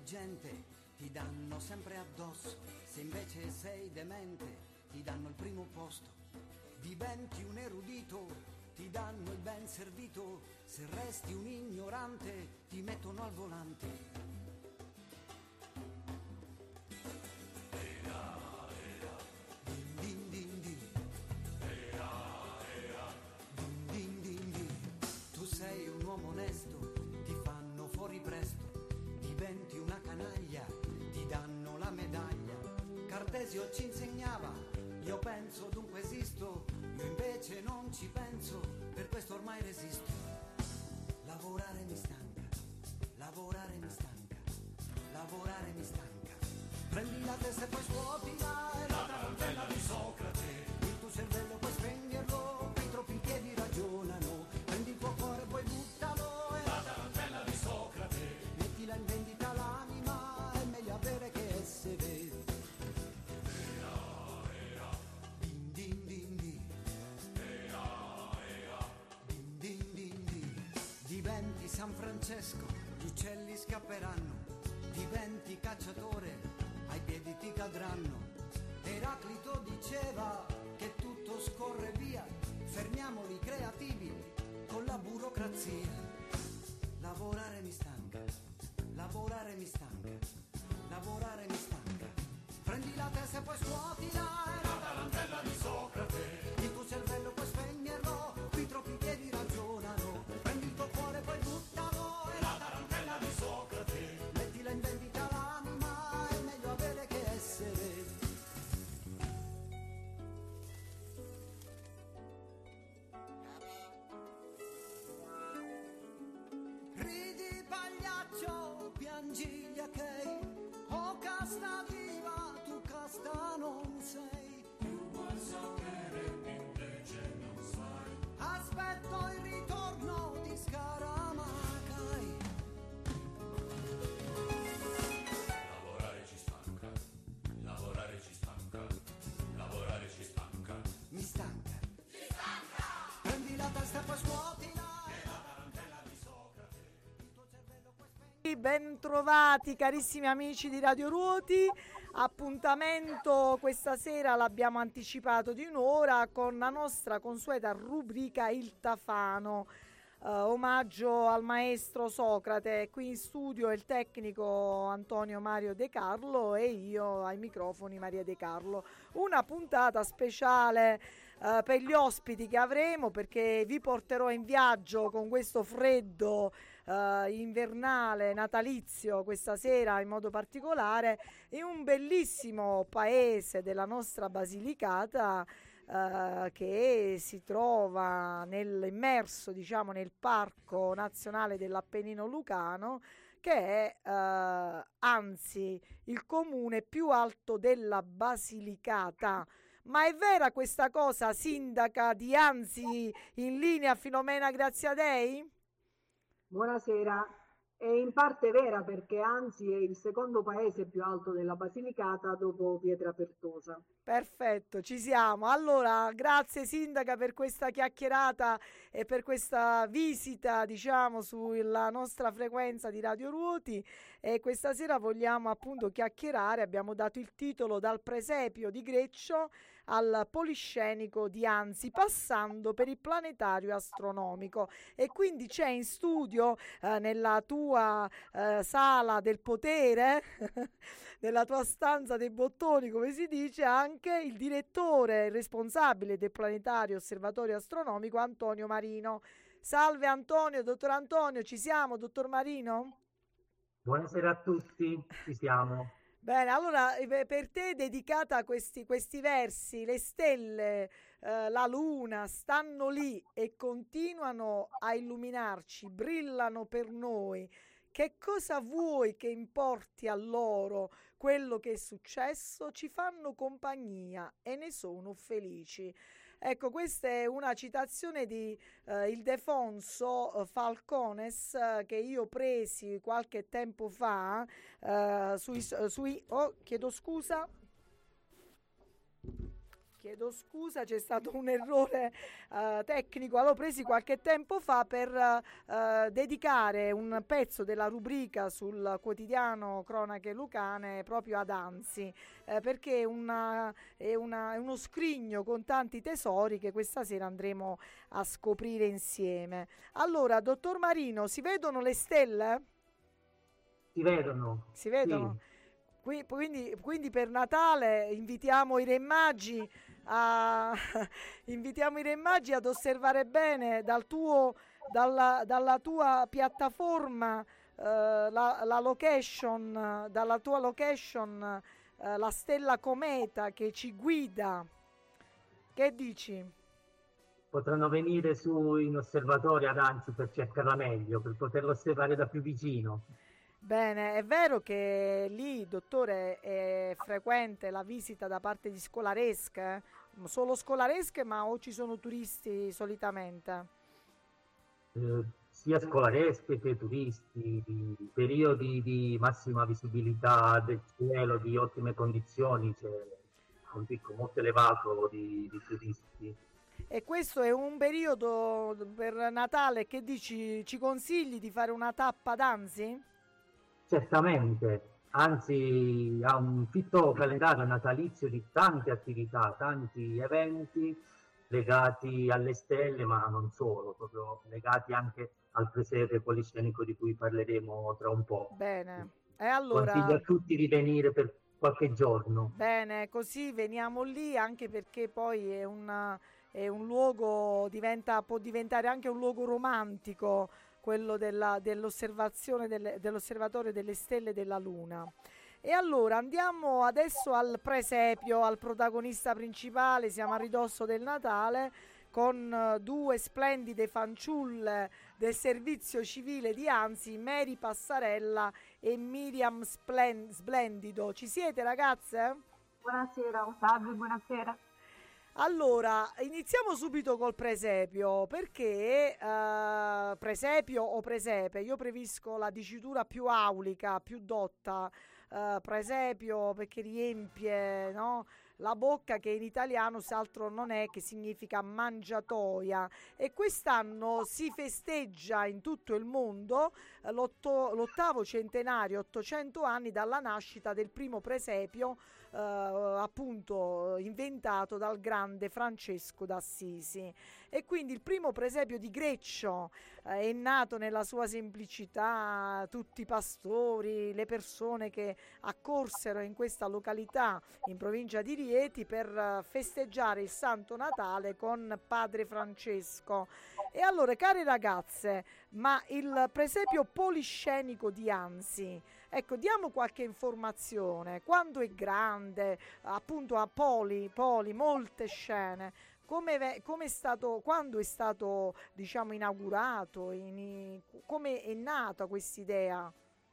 intelligente ti danno sempre addosso, se invece sei demente ti danno il primo posto. Diventi un erudito, ti danno il ben servito, se resti un ignorante ti mettono al volante. Din din din. Din din din. Tu sei un uomo onesto, ti fanno fuori presto, diventi una canaglia, ti danno la medaglia. Cartesio ci insegnava, io penso dunque esisto, io invece non ci penso, per questo ormai resisto. Lavorare mi stanca, lavorare mi stanca, lavorare mi stanca. Prendi la testa e poi scuotila, è la tarantella di Socrate. Il tuo cervello puoi spegnerlo, i troppi in piedi ragionano. Prendi il tuo cuore e poi buttalo, è la tarantella di Socrate. Mettila in vendita l'anima, è meglio avere che essere. Din din din din. Din din din din. Diventi San Francesco, gli uccelli scapperanno. Diventi cacciatore, ai piedi ti cadranno. Eraclito diceva che tutto scorre via, fermiamoli creativi con la burocrazia. Lavorare mi stanca, lavorare mi stanca, lavorare mi stanca. Prendi la testa e poi scuotila, è la tarantella di Socrate. Il tuo cervello puoi spegnerlo, qui troppi piedi ragionano. Prendi il tuo cuore e poi buttalo, è la tarantella di Socrate. Mettila in vendita l'anima, è meglio avere che essere. Ridi pagliaccio, piangi gli achei, o casta viva, tu casta non sei. Più vuoi sapere invece non sai. Aspetto il ritorno di Scaramacai. Lavorare ci stanca, lavorare ci stanca, lavorare ci stanca. Mi stanca. Prendi la testa e poi scuotila. Ben trovati carissimi amici di Radio Ruoti, appuntamento questa sera l'abbiamo anticipato di un'ora con la nostra consueta rubrica Il Tafano, omaggio al maestro Socrate. Qui in studio il tecnico Antonio Mario De Carlo e io ai microfoni Maria De Carlo. Una puntata speciale per gli ospiti che avremo, perché vi porterò in viaggio con questo freddo invernale natalizio questa sera in modo particolare in un bellissimo paese della nostra Basilicata che si trova immerso, diciamo, nel Parco Nazionale dell'Appennino Lucano, che è anzi il comune più alto della Basilicata. Ma è vera questa cosa, sindaca di Anzi, in linea Filomena Graziadei? Buonasera, è in parte vera perché Anzi è il secondo paese più alto della Basilicata dopo Pietrapertosa. Perfetto, ci siamo. Allora, grazie sindaca per questa chiacchierata e per questa visita, diciamo, sulla nostra frequenza di Radio Ruoti. E questa sera vogliamo appunto chiacchierare, abbiamo dato il titolo Dal presepio di Greccio al Poliscenico di Anzi, passando per il planetario astronomico. E quindi c'è in studio, nella tua sala del potere, nella tua stanza dei bottoni, come si dice, anche il direttore responsabile del planetario osservatorio astronomico Antonio Marino. Salve Antonio, dottor Antonio, ci siamo, dottor Marino? Buonasera a tutti, ci siamo. Bene, allora per te è dedicata a questi versi. Le stelle, la luna stanno lì e continuano a illuminarci, brillano per noi. Che cosa vuoi che importi a loro quello che è successo? Ci fanno compagnia e ne sono felici. Ecco, questa è una citazione di Ildefonso Falcones che io presi qualche tempo fa Chiedo scusa, c'è stato un errore tecnico. L'ho presi qualche tempo fa per dedicare un pezzo della rubrica sul quotidiano Cronache Lucane proprio ad Anzi, perché è uno scrigno con tanti tesori che questa sera andremo a scoprire insieme. Allora, dottor Marino, si vedono le stelle? Si vedono? Si vedono? Sì. Quindi per Natale invitiamo i Re Magi a invitiamo i Re Magi ad osservare bene dalla tua piattaforma, la location, dalla tua location, la stella cometa che ci guida. Che dici? Potranno venire su in osservatorio ad Anzi per cercarla meglio, per poterla osservare da più vicino. Bene, è vero che lì, dottore, è frequente la visita da parte di scolaresche? Solo scolaresche, ma o ci sono turisti solitamente? Sia scolaresche che turisti, periodi di massima visibilità del cielo, di ottime condizioni, c'è un picco molto elevato di turisti. E questo è un periodo per Natale che dici, ci consigli di fare una tappa ad Anzi? Certamente, anzi ha un fitto calendario natalizio di tante attività, tanti eventi legati alle stelle, ma non solo, proprio legati anche al presepe poliscenico di cui parleremo tra un po'. Bene, e Consiglio allora... a tutti di venire per qualche giorno. Bene, così veniamo lì anche perché poi è un luogo, può diventare anche un luogo romantico, quello dell'osservazione dell'osservatorio delle stelle e della luna. E allora andiamo adesso al presepio, al protagonista principale, siamo a ridosso del Natale con due splendide fanciulle del servizio civile di Anzi, Mary Passarella e Miriam Splendido. Ci siete ragazze? Buonasera, salve, buonasera. Allora, iniziamo subito col presepio, perché presepio o presepe, io preferisco la dicitura più aulica, più dotta, presepio perché riempie, no? La bocca, che in italiano se altro non è che significa mangiatoia, e quest'anno si festeggia in tutto il mondo l'ottavo centenario, 800 anni dalla nascita del primo presepio, appunto inventato dal grande Francesco d'Assisi. E quindi il primo presepio di Greccio è nato nella sua semplicità, tutti i pastori, le persone che accorsero in questa località in provincia di Rieti per festeggiare il Santo Natale con Padre Francesco. E allora, care ragazze, ma il presepio poliscenico di Anzi, ecco, diamo qualche informazione. Quando è grande, appunto a molte scene. Come è stato, quando è stato, diciamo, inaugurato? Come è nata quest'idea?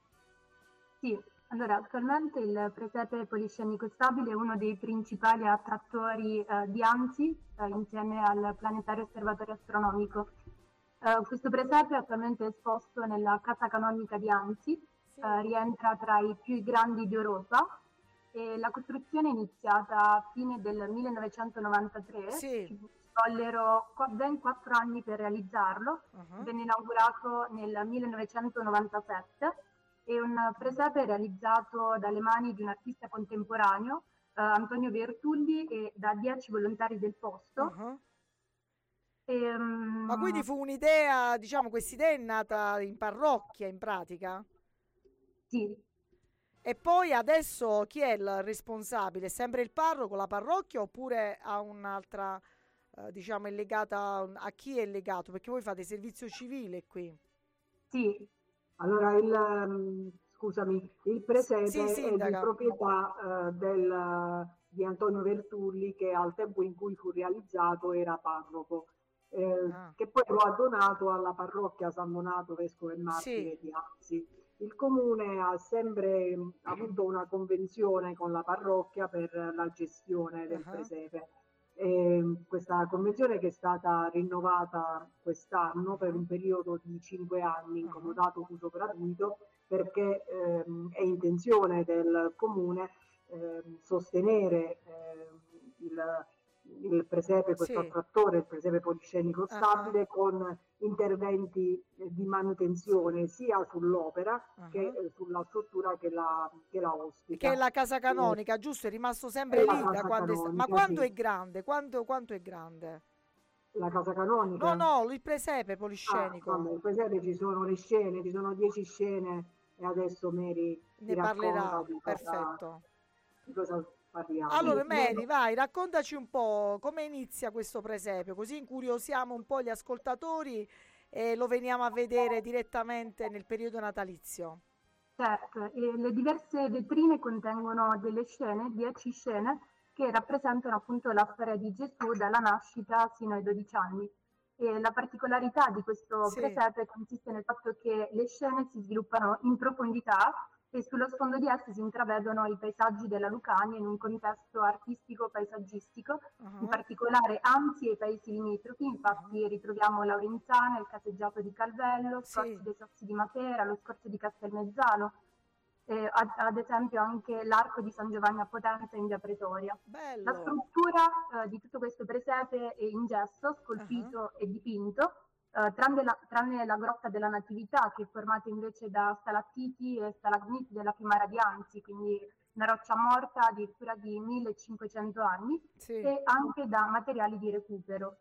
Sì, allora attualmente il presepe poliscenico stabile è uno dei principali attrattori di Anzi, insieme al Planetario Osservatorio Astronomico. Questo presepe è attualmente esposto nella Casa Canonica di Anzi, Sì. Rientra tra i più grandi d'Europa. E la costruzione è iniziata a fine del 1993, Sì. ci vollero ben 4 anni per realizzarlo, venne inaugurato nel 1997, è un presepe realizzato dalle mani di un artista contemporaneo, Antonio Vertulli, e da 10 volontari del posto. Ma quindi fu un'idea, diciamo, quest'idea è nata in parrocchia in pratica? Sì. E poi adesso chi è il responsabile? È sempre il parroco, la parrocchia, oppure a un'altra, diciamo, è legata a chi è legato? Perché voi fate servizio civile qui. Sì. Allora, il presepe Sì, è di sindaca. proprietà di Antonio Vertulli, che al tempo in cui fu realizzato era parroco, che poi lo ha donato alla parrocchia San Donato, vescovo e martire di Anzi. Il comune ha sempre avuto una convenzione con la parrocchia per la gestione del presepe. Questa convenzione, che è stata rinnovata quest'anno per un periodo di 5 anni in comodato uso gratuito, perché è intenzione del comune sostenere il presepe, questo attrattore, il presepe poliscenico stabile, con interventi di manutenzione sia sull'opera che sulla struttura che la ospita. Che è la casa canonica, giusto? È rimasto sempre lì da quando ma quanto è grande? Quanto è grande? La casa canonica? No, il presepe poliscenico. Il presepe, ci sono le scene, ci sono 10 scene e adesso Mary ne parlerà. Perfetto. Di cosa parliamo. Allora Mary, vai, raccontaci un po' come inizia questo presepe, così incuriosiamo un po' gli ascoltatori e lo veniamo a vedere direttamente nel periodo natalizio. Certo, e le diverse vetrine contengono delle scene, 10 scene, che rappresentano appunto la storia di Gesù dalla nascita sino ai 12 anni. E la particolarità di questo presepe consiste nel fatto che le scene si sviluppano in profondità e sullo sfondo di esse si intravedono i paesaggi della Lucania in un contesto artistico-paesaggistico, in particolare Anzi e i paesi limitrofi. Infatti ritroviamo Laurenzana, il caseggiato di Calvello, Scorzi dei Sassi di Matera, lo Scorzo di Castelmezzano, ad esempio anche l'arco di San Giovanni a Potenza in via Pretoria. Bello. La struttura di tutto questo presepe è in gesso, scolpito e dipinto, tranne la grotta della Natività, che è formata invece da stalattiti e stalagmiti della Fiumara di Anzi, quindi una roccia morta addirittura di 1500 anni, e anche da materiali di recupero.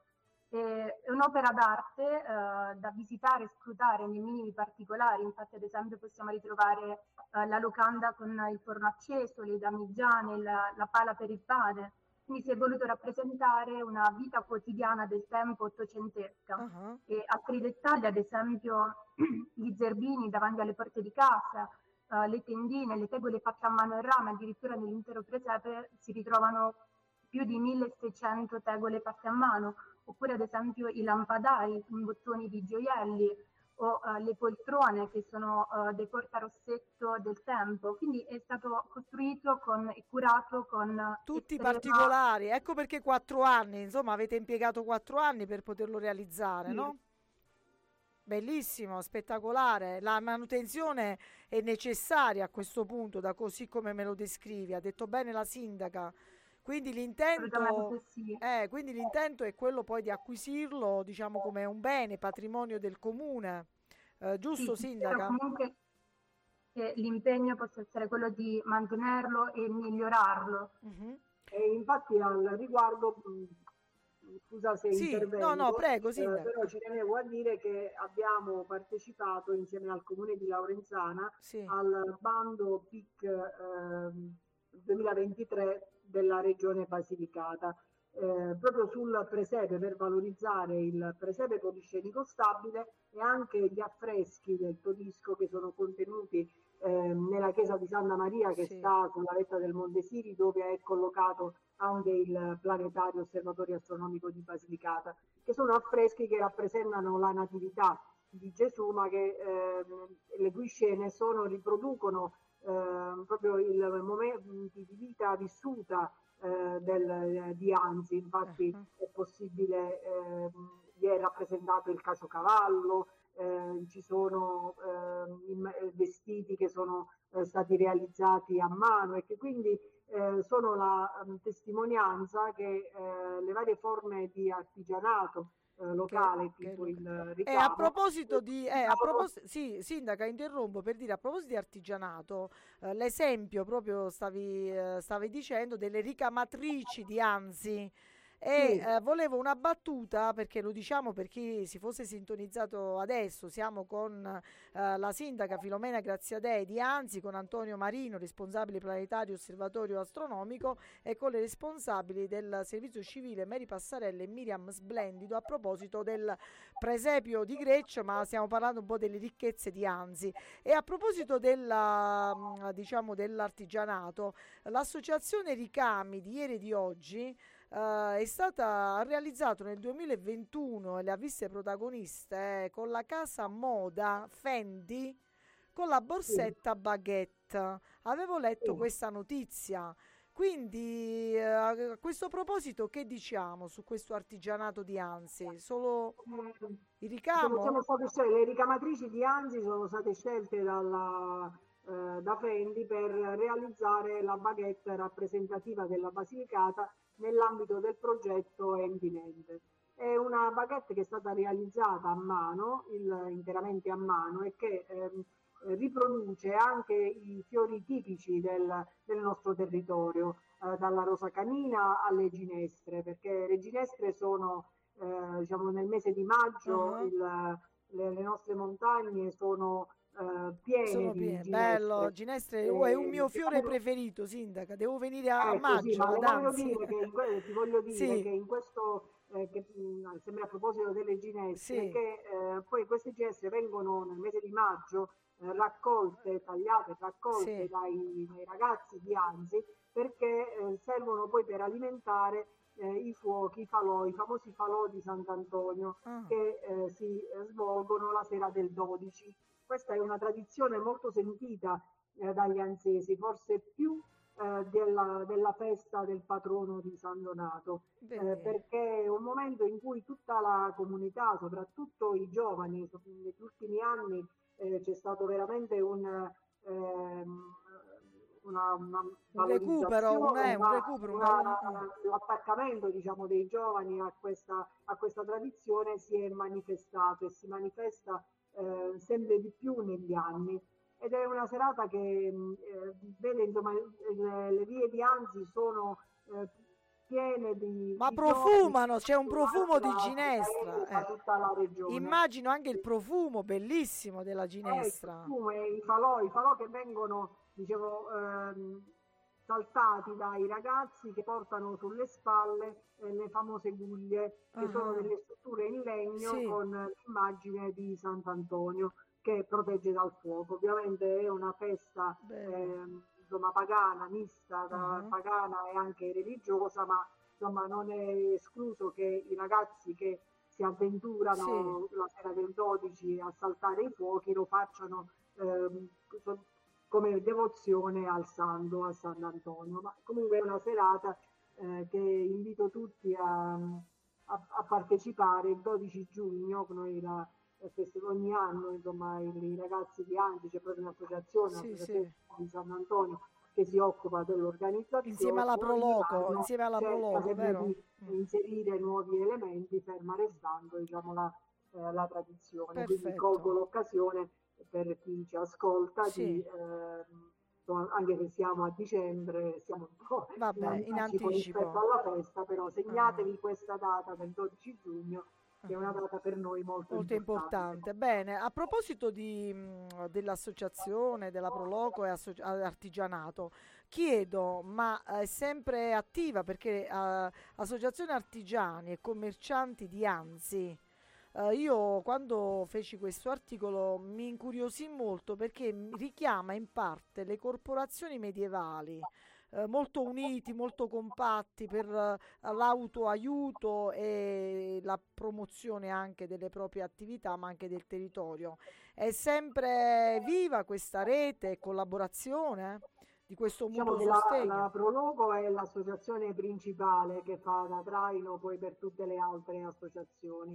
È un'opera d'arte da visitare e scrutare nei minimi particolari. Infatti ad esempio possiamo ritrovare la locanda con il forno acceso, le damigiane, la pala per il pane. Quindi si è voluto rappresentare una vita quotidiana del tempo ottocentesca. E altri dettagli, ad esempio gli zerbini davanti alle porte di casa, le tendine, le tegole fatte a mano e rame, addirittura nell'intero presepe si ritrovano più di 1600 tegole fatte a mano, oppure ad esempio i lampadari in bottoni di gioielli, o le poltrone che sono dei portarossetto del tempo. Quindi è stato costruito e curato con tutti i particolari. Ecco perché 4 anni, insomma avete impiegato 4 anni per poterlo realizzare, no? Bellissimo, spettacolare. La manutenzione è necessaria a questo punto, da così come me lo descrivi. Ha detto bene la sindaca. Quindi l'intento è quello poi di acquisirlo, diciamo, come un bene, patrimonio del comune, giusto sindaca? Comunque l'impegno possa essere quello di mantenerlo e migliorarlo. E infatti al riguardo, scusa se intervengo, no, prego, sindaca. Però ci tenevo a dire che abbiamo partecipato insieme al comune di Laurenzana al bando PIC 2023 della regione Basilicata, proprio sul presepe, per valorizzare il presepe poliscenico stabile e anche gli affreschi del Todisco che sono contenuti nella chiesa di Santa Maria, che sta sulla vetta del Monte Siri, dove è collocato anche il planetario osservatorio astronomico di Basilicata, che sono affreschi che rappresentano la natività di Gesù, ma che le cui scene riproducono proprio il momento di vita vissuta di Anzi. Infatti è possibile, vi è rappresentato il casocavallo, ci sono vestiti che sono stati realizzati a mano e che quindi sono la testimonianza che le varie forme di artigianato locale, tipo il ricamo. A proposito di sì, sindaca, interrompo per dire, a proposito di artigianato, l'esempio proprio stavi dicendo delle ricamatrici di Anzi. E volevo una battuta, perché lo diciamo per chi si fosse sintonizzato adesso. Siamo con la sindaca Filomena Graziadei di Anzi, con Antonio Marino, responsabile planetario osservatorio astronomico, e con le responsabili del servizio civile Mary Passarella e Miriam Splendido, a proposito del presepio di Greccio, ma stiamo parlando un po' delle ricchezze di Anzi. E a proposito dell'artigianato, l'associazione Ricami di ieri e di oggi ha realizzato nel 2021 e le ha viste protagoniste con la casa moda Fendi, con la borsetta Baguette. Avevo letto questa notizia, quindi a questo proposito che diciamo su questo artigianato di Anzi? Solo il ricamo? Le ricamatrici di Anzi sono state scelte da Fendi per realizzare la baguette rappresentativa della Basilicata nell'ambito del progetto Envinente. È una baguette che è stata realizzata a mano, interamente a mano, e che riproduce anche i fiori tipici del nostro territorio, dalla rosa canina alle ginestre, perché le ginestre sono, diciamo, nel mese di maggio le nostre montagne sono piene di ginestre. Bello, ginestre è un mio fiore preferito, sindaca, devo venire a maggio. Sì, ma ti voglio dire che in questo, sempre a proposito delle ginestre, che poi queste ginestre vengono nel mese di maggio raccolte, tagliate, raccolte dai ragazzi di Anzi, perché servono poi per alimentare i fuochi, i famosi falò di Sant'Antonio, che si svolgono la sera del 12. Questa è una tradizione molto sentita dagli anzesi, forse più della festa del patrono di San Donato, perché è un momento in cui tutta la comunità, soprattutto i giovani, negli ultimi anni c'è stato veramente un recupero, l'attaccamento, diciamo, dei giovani a questa tradizione si è manifestato e si manifesta sempre di più negli anni, ed è una serata che vede, insomma, le vie di Anzi sono piene di profumano, c'è un profumo di ginestra, da tutta la regione. Immagino anche il profumo bellissimo della ginestra, i falò che vengono, dicevo, saltati dai ragazzi, che portano sulle spalle le famose guglie, che sono delle strutture in legno con l'immagine di Sant'Antonio che protegge dal fuoco. Ovviamente è una festa insomma pagana, mista, pagana e anche religiosa, ma insomma non è escluso che i ragazzi che si avventurano la sera del 12 a saltare i fuochi lo facciano come devozione al santo, a Sant'Antonio. Ma comunque è una serata che invito tutti a partecipare. Il 12 giugno noi ogni anno, insomma, i ragazzi di Anzi, c'è proprio un'associazione di Sant'Antonio che si occupa dell'organizzazione insieme alla Proloco, vero? Di inserire nuovi elementi, ferma restando, diciamo, la tradizione. Perfetto. Quindi colgo l'occasione per chi ci ascolta anche se siamo a dicembre, siamo un po' in anticipo rispetto alla festa, però segnatevi questa data del 12 giugno, che è una data per noi molto importante. Bene, a proposito dell'associazione, della Proloco e artigianato, chiedo, ma è sempre attiva, perché associazione artigiani e commercianti di Anzi, io quando feci questo articolo mi incuriosì molto, perché richiama in parte le corporazioni medievali, molto uniti, molto compatti per l'autoaiuto e la promozione anche delle proprie attività, ma anche del territorio. È sempre viva questa rete e collaborazione di questo mutuo sostegno? La Proloco è l'associazione principale che fa da traino poi per tutte le altre associazioni,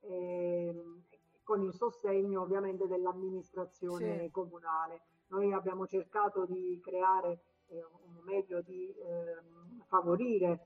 con il sostegno ovviamente dell'amministrazione comunale. Noi abbiamo cercato di creare meglio di favorire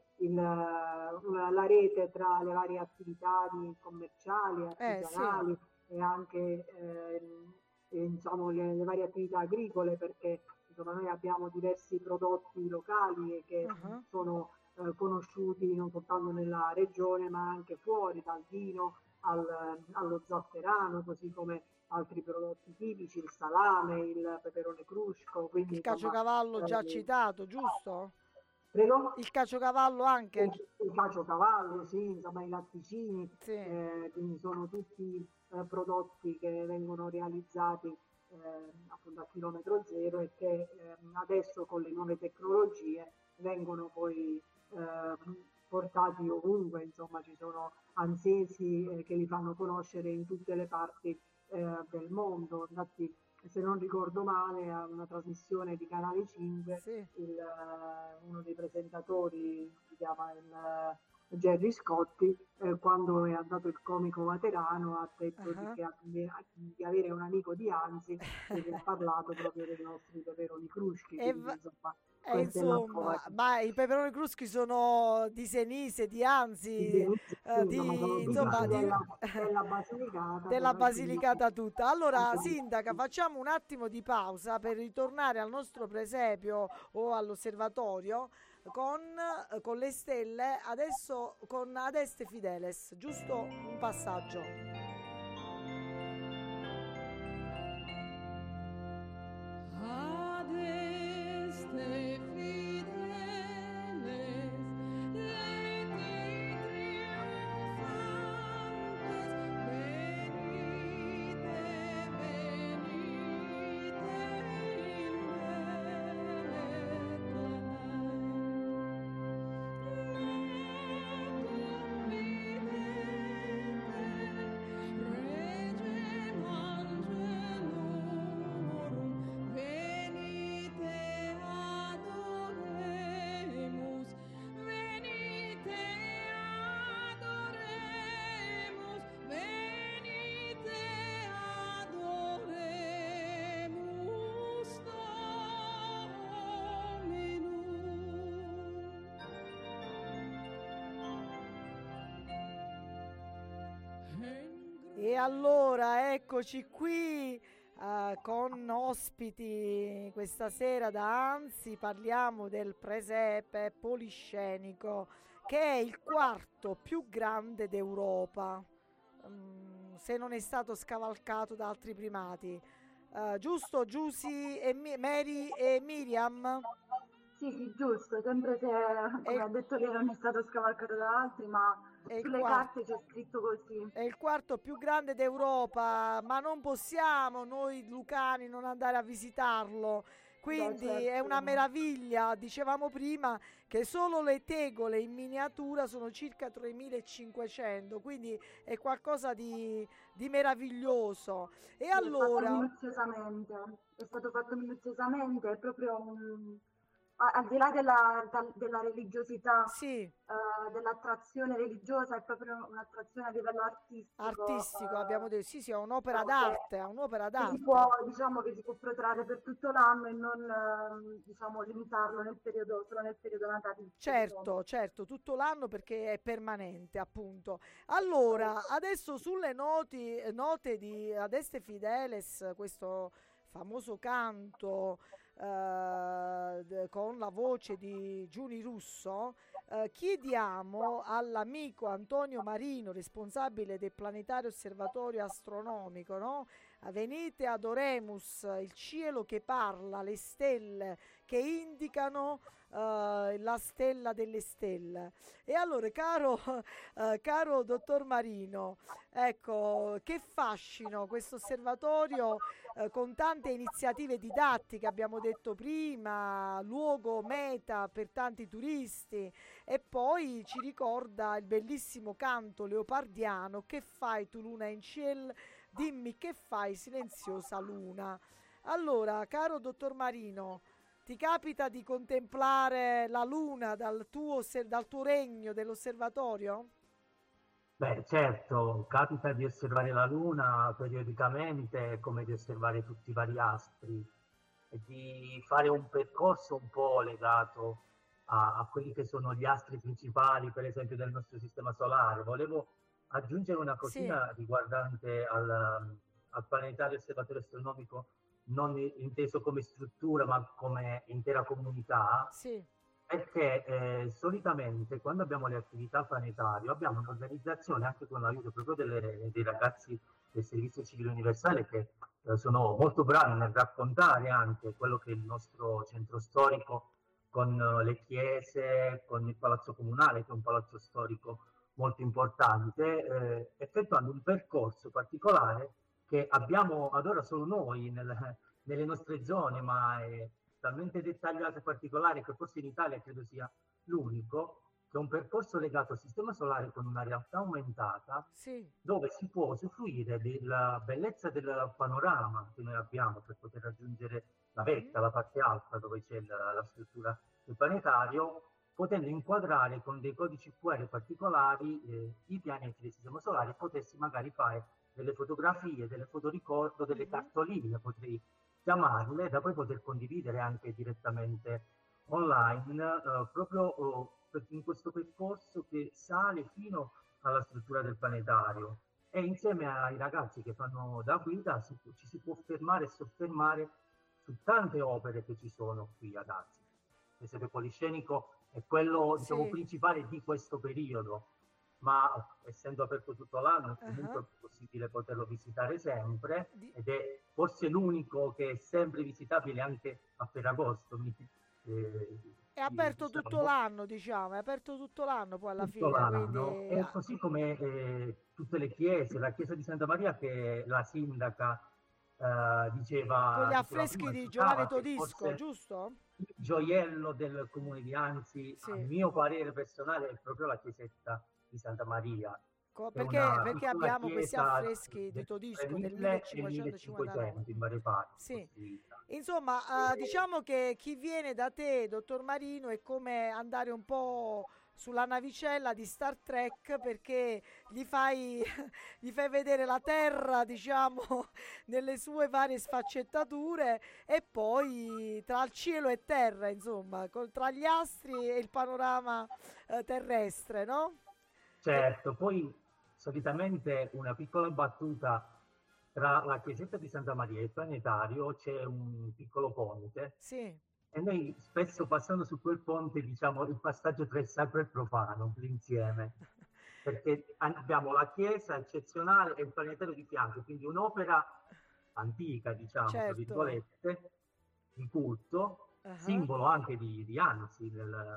la rete tra le varie attività commerciali, artigianali e anche diciamo, le varie attività agricole, perché insomma, noi abbiamo diversi prodotti locali che sono conosciuti non soltanto nella regione ma anche fuori, dal vino allo zafferano, così come altri prodotti tipici, il salame, il peperone crusco. Quindi, il caciocavallo già citato, giusto? Prego? Il caciocavallo anche? Il caciocavallo, sì, insomma i latticini, quindi sono tutti prodotti che vengono realizzati appunto a chilometro zero e che adesso con le nuove tecnologie vengono poi portati ovunque. Insomma, ci sono anzesi che li fanno conoscere in tutte le parti del mondo. Infatti, se non ricordo male, a una trasmissione di Canale 5 uno dei presentatori si chiama Gerry Scotti, quando è andato il comico Vaterano, ha detto di avere un amico di Anzi e gli ha parlato proprio dei nostri peperoni cruschi. Quindi, insomma, ma i peperoni cruschi sono di Senise, di Anzi, della Basilicata tutta. Allora, Sindaca, facciamo un attimo di pausa per ritornare al nostro presepio o all'osservatorio con le stelle, adesso con Adeste Fideles, giusto un passaggio. Adeste E allora eccoci qui con ospiti questa sera da Anzi. Parliamo del presepe poliscenico, che è il quarto più grande d'Europa, se non è stato scavalcato da altri primati. Giusto, Giusy e Mary e Miriam? Sì, giusto, sempre se, come ha detto lei, non è stato scavalcato da altri, ma sulle carte c'è scritto così. È il quarto più grande d'Europa, ma non possiamo noi lucani non andare a visitarlo. Quindi certo. È una meraviglia. Dicevamo prima che solo le tegole in miniatura sono circa 3500, quindi è qualcosa di meraviglioso. E allora è stato fatto minuziosamente, è proprio al di là della religiosità, sì. Dell'attrazione religiosa, è proprio un'attrazione a livello artistico. Abbiamo detto, sì, è un'opera d'arte, è un'opera d'arte. Che si può protrarre per tutto l'anno e non limitarlo solo nel periodo natalizio. Certo, tutto l'anno, perché è permanente, appunto. Allora, adesso sulle note di Adeste Fideles, questo famoso canto con la voce di Giuni Russo, chiediamo all'amico Antonio Marino, responsabile del Planetario Osservatorio Astronomico, no? Venite adoremus, il cielo che parla, le stelle che indicano la stella delle stelle. E allora, caro dottor Marino, ecco, che fascino questo osservatorio con tante iniziative didattiche, abbiamo detto prima, luogo meta per tanti turisti, e poi ci ricorda il bellissimo canto leopardiano: che fai tu luna in ciel, dimmi che fai silenziosa luna. Allora, caro dottor Marino, ti capita di contemplare la luna dal tuo regno dell'osservatorio? Beh, certo, capita di osservare la luna periodicamente, come di osservare tutti i vari astri, e di fare un percorso un po' legato a quelli che sono gli astri principali, per esempio, del nostro sistema solare. Volevo aggiungere una cosina riguardante al planetario osservatorio astronomico, non inteso come struttura, ma come intera comunità. Sì. Perché solitamente quando abbiamo le attività planetarie abbiamo un'organizzazione, anche con l'aiuto proprio dei ragazzi del Servizio Civile Universale, che sono molto bravi nel raccontare anche quello che è il nostro centro storico, con le chiese, con il Palazzo Comunale, che è un palazzo storico molto importante, effettuando un percorso particolare che abbiamo ad ora solo noi nelle nostre zone, ma è talmente dettagliato e particolare che forse in Italia credo sia l'unico, che è un percorso legato al sistema solare con una realtà aumentata, dove si può usufruire della bellezza del panorama che noi abbiamo per poter raggiungere la vetta, la parte alta, dove c'è la struttura del planetario, potendo inquadrare con dei codici QR particolari i pianeti del Sistema Solare e potessi magari fare delle fotografie, delle fotoricordo, delle cartoline, potrei chiamarle, da poi poter condividere anche direttamente online, proprio in questo percorso che sale fino alla struttura del planetario. E insieme ai ragazzi che fanno da guida ci si può fermare e soffermare su tante opere che ci sono qui ad Anzi. L'esempio poliscenico è quello, diciamo, principale di questo periodo, ma essendo aperto tutto l'anno comunque è possibile poterlo visitare sempre, ed è forse l'unico che è sempre visitabile anche a Ferragosto. È aperto tutto l'anno, diciamo, è aperto tutto l'anno poi alla tutto fine. l'anno. Quindi... E così come tutte le chiese, la chiesa di Santa Maria che la sindaca diceva... Con gli affreschi di Giovanni Todisco, giusto? Il gioiello del comune di Anzi, a mio parere personale, è proprio la chiesetta di Santa Maria. Perché abbiamo questi affreschi di Todisco del 1559 in varie parti. Sì. Insomma, diciamo che chi viene da te, dottor Marino, è come andare un po' sulla navicella di Star Trek, perché gli fai vedere la Terra, diciamo, nelle sue varie sfaccettature, e poi tra il cielo e terra, insomma, tra gli astri e il panorama terrestre, no? Certo, poi solitamente una piccola battuta: tra la chiesetta di Santa Maria e il planetario c'è un piccolo ponte. Sì. E noi spesso, passando su quel ponte, diciamo il passaggio tra il sacro e il profano l'insieme, perché abbiamo la chiesa eccezionale e il planetario di fianco, quindi un'opera antica, diciamo, tra virgolette, di culto, simbolo anche di Anzi.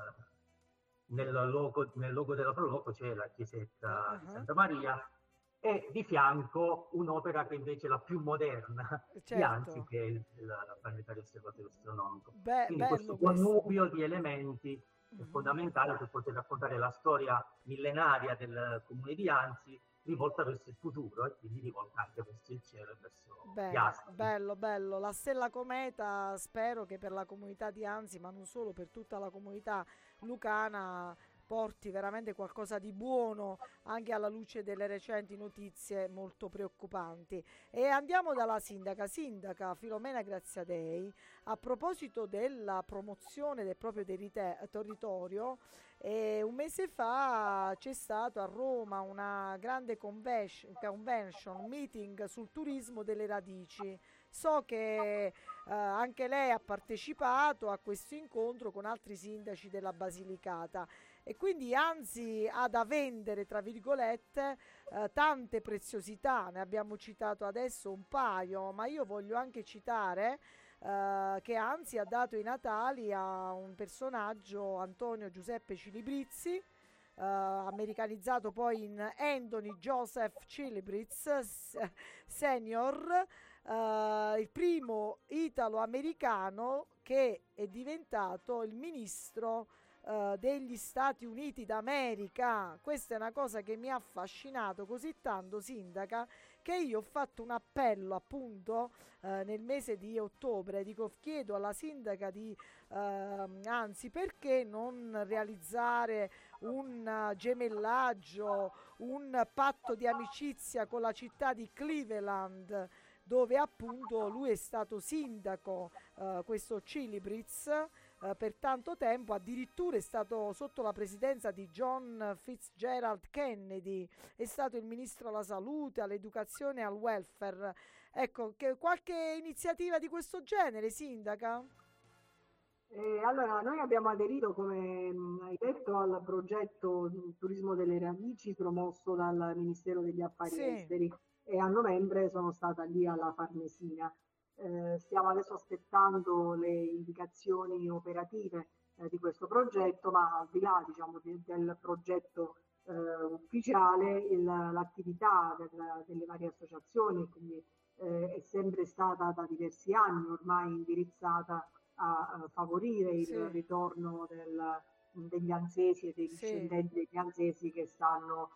Nel logo della Proloco c'è la chiesetta di Santa Maria, e di fianco un'opera che invece è la più moderna di Anzi, che è il planetario osservatorio astronomico. Quindi questo connubio di elementi è fondamentale per poter raccontare la storia millenaria del comune di Anzi, rivolta verso il futuro e quindi rivolta anche verso il cielo e verso gli astri. Bello. La stella cometa, spero che per la comunità di Anzi, ma non solo, per tutta la comunità lucana, porti veramente qualcosa di buono, anche alla luce delle recenti notizie molto preoccupanti. E andiamo dalla sindaca Filomena Graziadei. A proposito della promozione del proprio territorio, un mese fa c'è stato a Roma una grande convention, meeting sul turismo delle radici. So che anche lei ha partecipato a questo incontro con altri sindaci della Basilicata, e quindi Anzi ha da vendere, tra virgolette, tante preziosità. Ne abbiamo citato adesso un paio, ma io voglio anche citare che Anzi ha dato i natali a un personaggio, Antonio Giuseppe Cilibrizzi, americanizzato poi in Anthony Joseph Cilibrizz Senior, il primo italo-americano che è diventato il ministro degli Stati Uniti d'America. Questa è una cosa che mi ha affascinato così tanto, sindaca, che io ho fatto un appello appunto nel mese di ottobre. Chiedo alla sindaca di Anzi, perché non realizzare un gemellaggio, un patto di amicizia con la città di Cleveland, dove appunto lui è stato sindaco, questo Cilibrizz, per tanto tempo. Addirittura è stato sotto la presidenza di John Fitzgerald Kennedy, è stato il ministro alla salute, all'educazione e al welfare. Ecco, qualche iniziativa di questo genere, sindaca? Allora, noi abbiamo aderito, come hai detto, al progetto Turismo delle Radici promosso dal Ministero degli Affari Esteri, e a novembre sono stata lì alla Farnesina. Stiamo adesso aspettando le indicazioni operative di questo progetto, ma al di là, diciamo, del progetto ufficiale, l'attività delle varie associazioni, quindi è sempre stata da diversi anni ormai indirizzata a favorire il ritorno degli anzesi e dei discendenti degli anzesi che stanno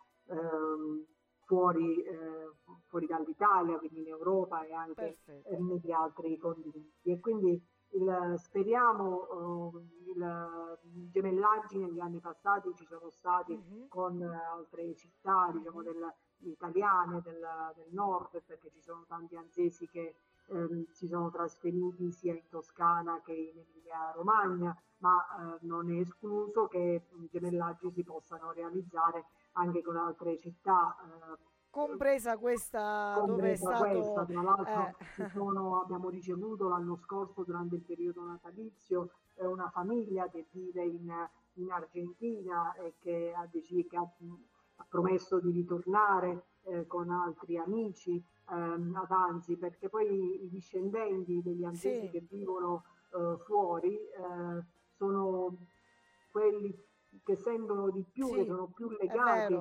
fuori dall'Italia, quindi in Europa e anche negli altri continenti. E quindi speriamo i gemellaggi negli anni passati ci sono stati con altre città, diciamo, italiane del nord, perché ci sono tanti anzesi che si sono trasferiti sia in Toscana che in Emilia-Romagna, ma non è escluso che i gemellaggi si possano realizzare anche con altre città. Compresa questa, dove è stato... Tra l'altro abbiamo ricevuto l'anno scorso, durante il periodo natalizio, una famiglia che vive in Argentina e che ha promesso di ritornare con altri amici ad Anzi, perché poi i discendenti degli anzesi che vivono fuori sono quelli che sentono di più, che sono più legati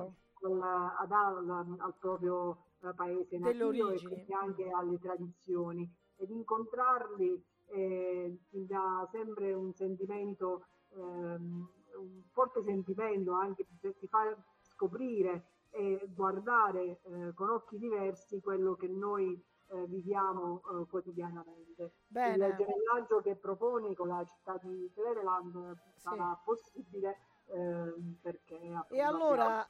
al proprio paese nativo e quindi anche alle tradizioni, ed incontrarli dà sempre un sentimento, un forte sentimento, anche ti fa scoprire e guardare con occhi diversi quello che noi viviamo quotidianamente. Bene. Il gemellaggio che proponi con la città di Cleveland sarà possibile perché e allora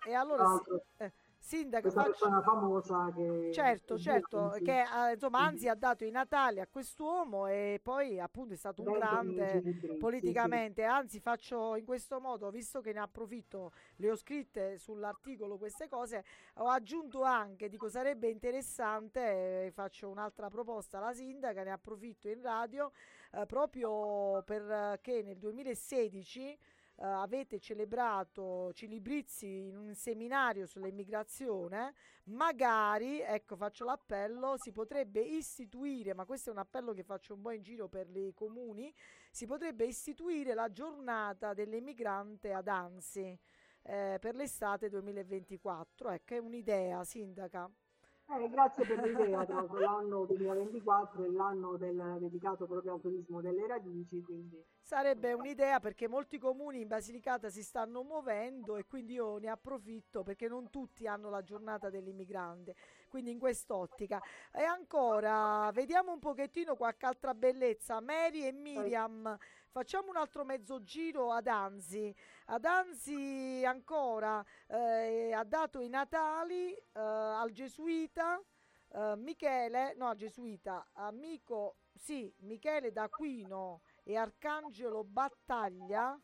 Sindaco, questa persona famosa che certo, che insomma Anzi ha dato i natali a quest'uomo e poi appunto è stato un grande politicamente. Anzi, faccio in questo modo, visto che ne approfitto, le ho scritte sull'articolo queste cose, ho aggiunto anche, dico sarebbe interessante, faccio un'altra proposta alla sindaca, ne approfitto in radio proprio perché nel 2016 avete celebrato Cilibrizi in un seminario sull'immigrazione. Magari, ecco, faccio l'appello, si potrebbe istituire, ma questo è un appello che faccio un po' in giro per i comuni, si potrebbe istituire la giornata dell'immigrante ad Anzi per l'estate 2024. Ecco, è un'idea, sindaca. Grazie per l'idea. L'anno 2024 è l'anno dedicato proprio al turismo delle radici, quindi sarebbe un'idea, perché molti comuni in Basilicata si stanno muovendo e quindi io ne approfitto, perché non tutti hanno la giornata dell'immigrante, quindi in quest'ottica. E ancora vediamo un pochettino qualche altra bellezza. Mary e Miriam, facciamo un altro mezzo giro ad Anzi. Ad Anzi ancora ha dato i natali al gesuita Michele, no, al gesuita amico, sì, Michele d'Aquino e Arcangelo Battaglia.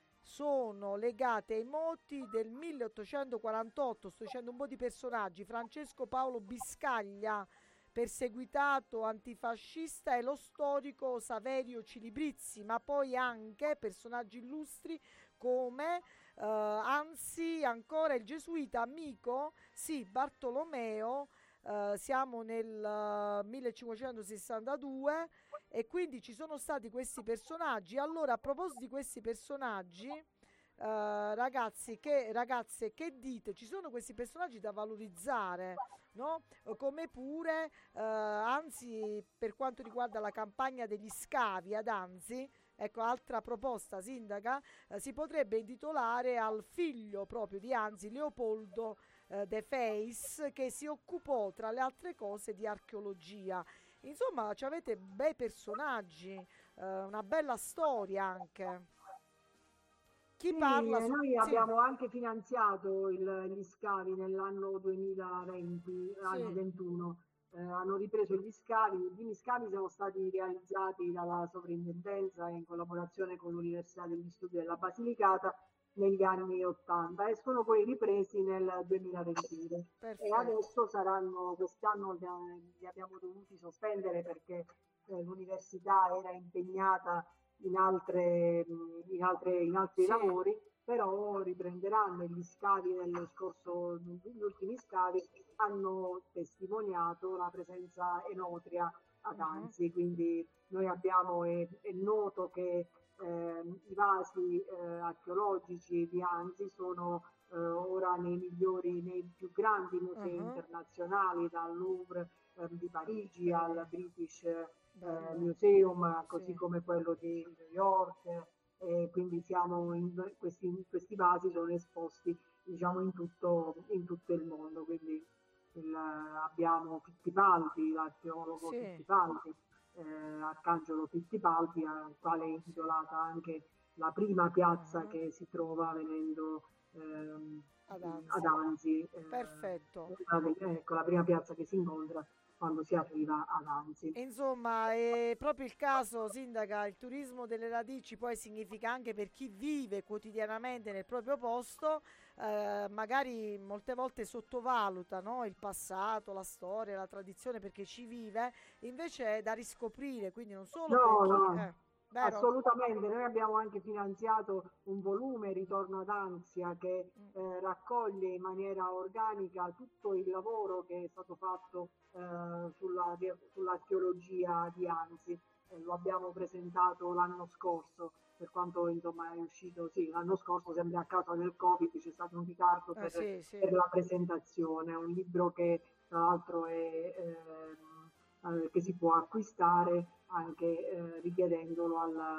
Sono legate ai moti del 1848. Sto dicendo un po' di personaggi: Francesco Paolo Biscaglia, perseguitato antifascista, e lo storico Saverio Cilibrizi, ma poi anche personaggi illustri come Anzi, ancora il gesuita amico, sì, Bartolomeo. Siamo nel 1562 e quindi ci sono stati questi personaggi. Allora, a proposito di questi personaggi, ragazze, che dite? Ci sono questi personaggi da valorizzare, no? Come pure Anzi, per quanto riguarda la campagna degli scavi ad Anzi, ecco, altra proposta, sindaca, si potrebbe intitolare al figlio proprio di Anzi, Leopoldo De Feis, che si occupò tra le altre cose di archeologia. Insomma, ci avete bei personaggi, una bella storia anche. Chi parla noi abbiamo anche finanziato gli scavi nell'anno 2020, anzi 21. Hanno ripreso gli scavi. I primi scavi sono stati realizzati dalla sovrintendenza in collaborazione con l'Università degli Studi della Basilicata negli anni 80 e sono poi ripresi nel 2022. E adesso quest'anno li abbiamo dovuti sospendere perché l'università era impegnata in altri lavori, però riprenderanno gli scavi gli ultimi scavi hanno testimoniato la presenza enotria ad Anzi, quindi noi abbiamo, è noto che i vasi archeologici di Anzi sono ora nei più grandi musei internazionali, dal Louvre di Parigi al British Museum, così come quello di New York. Quindi questi vasi sono esposti, diciamo, in tutto il mondo. Quindi abbiamo Fittipaldi, l'archeologo Fittipaldi, Arcangelo Fittipaldi, al quale è intitolata anche la prima piazza che si trova venendo ad Anzi. Perfetto. Ecco, la prima piazza che si incontra quando si arriva ad Anzi. Insomma, è proprio il caso, sindaca, il turismo delle radici poi significa anche per chi vive quotidianamente nel proprio posto, magari molte volte sottovaluta, no? Il passato, la storia, la tradizione perché ci vive, invece è da riscoprire, quindi non solo per chi... Vero? Assolutamente, noi abbiamo anche finanziato un volume Ritorno ad Anzia che raccoglie in maniera organica tutto il lavoro che è stato fatto sull'archeologia di Anzi. Lo abbiamo presentato l'anno scorso, per quanto insomma è uscito, sì, l'anno scorso sempre a causa del Covid c'è stato un ritardo per la presentazione. È un libro che tra l'altro che si può acquistare anche richiedendolo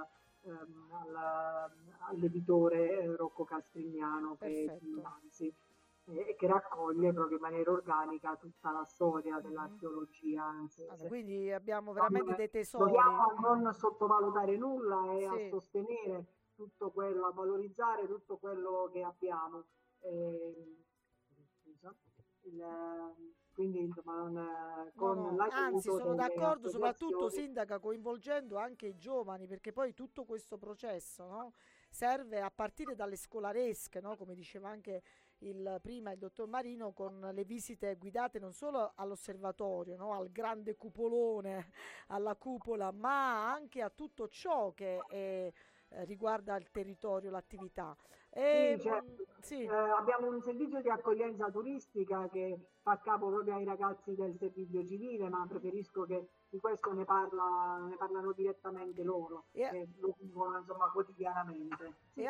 all'editore Rocco Castrignano che raccoglie proprio in maniera organica tutta la storia dell'archeologia anzese. Quindi abbiamo veramente dei tesori. Proviamo a non sottovalutare nulla e a sostenere tutto quello, a valorizzare tutto quello che abbiamo. Quindi insomma anzi sono d'accordo, soprattutto sindaca, coinvolgendo anche i giovani, perché poi tutto questo processo, no, serve a partire dalle scolaresche, no, come diceva anche il dottor Marino, con le visite guidate non solo all'osservatorio, no, al grande cupolone, alla cupola, ma anche a tutto ciò che riguarda il territorio, l'attività. Abbiamo un servizio di accoglienza turistica che fa capo proprio ai ragazzi del servizio civile, ma preferisco che di questo ne parlano direttamente loro, che lo vivono insomma quotidianamente.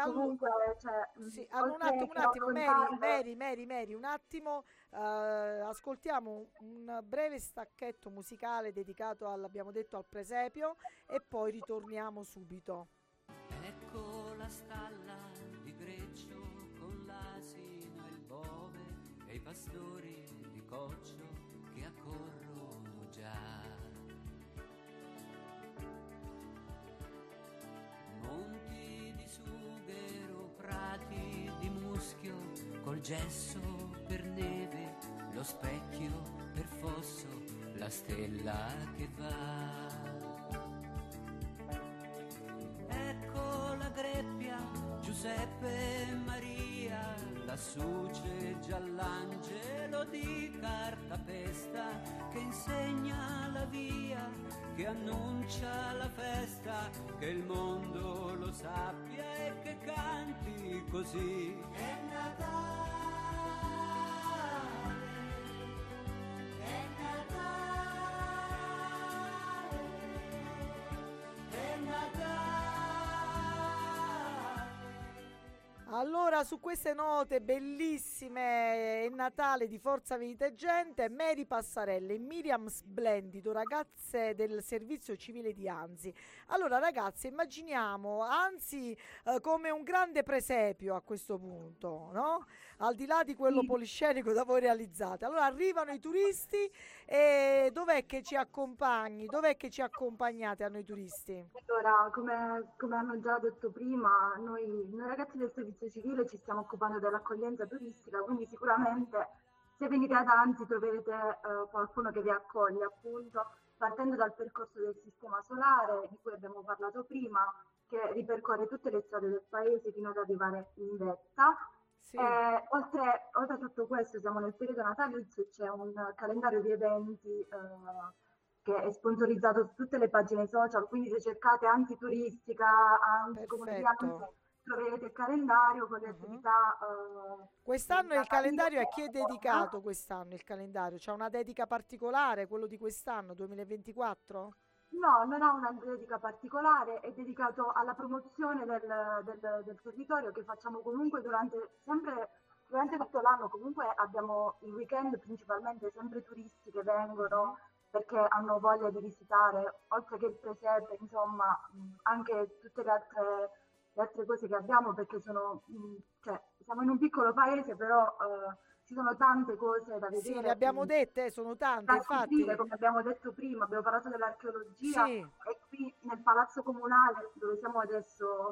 Un attimo, Mary, un attimo, ascoltiamo un breve stacchetto musicale dedicato abbiamo detto al presepio e poi ritorniamo subito. Ecco la stalla di Greccio con l'asino e il bove e i pastori di Coccio che accorrono già. Monti di sughero, prati di muschio, col gesso per neve, lo specchio per fosso, la stella che va. Giuseppe e Maria, lassù c'è già l'angelo di cartapesta che insegna la via, che annuncia la festa, che il mondo lo sappia e che canti così. È Natale, è Natale, è Natale. Allora, su queste note bellissime, è Natale di Forza Vita e Gente, Mary Passarelle e Miriam Splendido, ragazze del servizio civile di Anzi. Allora ragazze, immaginiamo Anzi come un grande presepio a questo punto, no? Al di là di quello poliscenico da voi realizzato. Allora arrivano i turisti e dov'è che ci accompagni? Dov'è che ci accompagnate a noi turisti? Allora, come hanno già detto prima, noi ragazzi del servizio civile ci stiamo occupando dell'accoglienza turistica, quindi sicuramente se venite ad Anzi troverete qualcuno che vi accoglie, appunto, partendo dal percorso del sistema solare di cui abbiamo parlato prima, che ripercorre tutte le strade del paese fino ad arrivare in vetta. Sì. Oltre a tutto questo, siamo nel periodo natalizio, c'è un calendario di eventi che è sponsorizzato su tutte le pagine social, quindi se cercate antituristica, anticomunità, troverete il calendario con le attività. Quest'anno il calendario a chi è dedicato quest'anno? Il calendario c'è una dedica particolare, quello di quest'anno, 2024? No, non ha una dedica particolare, è dedicato alla promozione del territorio che facciamo comunque durante tutto l'anno. Comunque abbiamo il weekend principalmente sempre turisti che vengono perché hanno voglia di visitare, oltre che il presepe, insomma, anche tutte le altre cose che abbiamo, perché siamo in un piccolo paese, però ci sono tante cose da vedere. Sì, le abbiamo dette, sono tante, infatti. Come abbiamo detto prima, abbiamo parlato dell'archeologia, e qui nel Palazzo Comunale, dove siamo adesso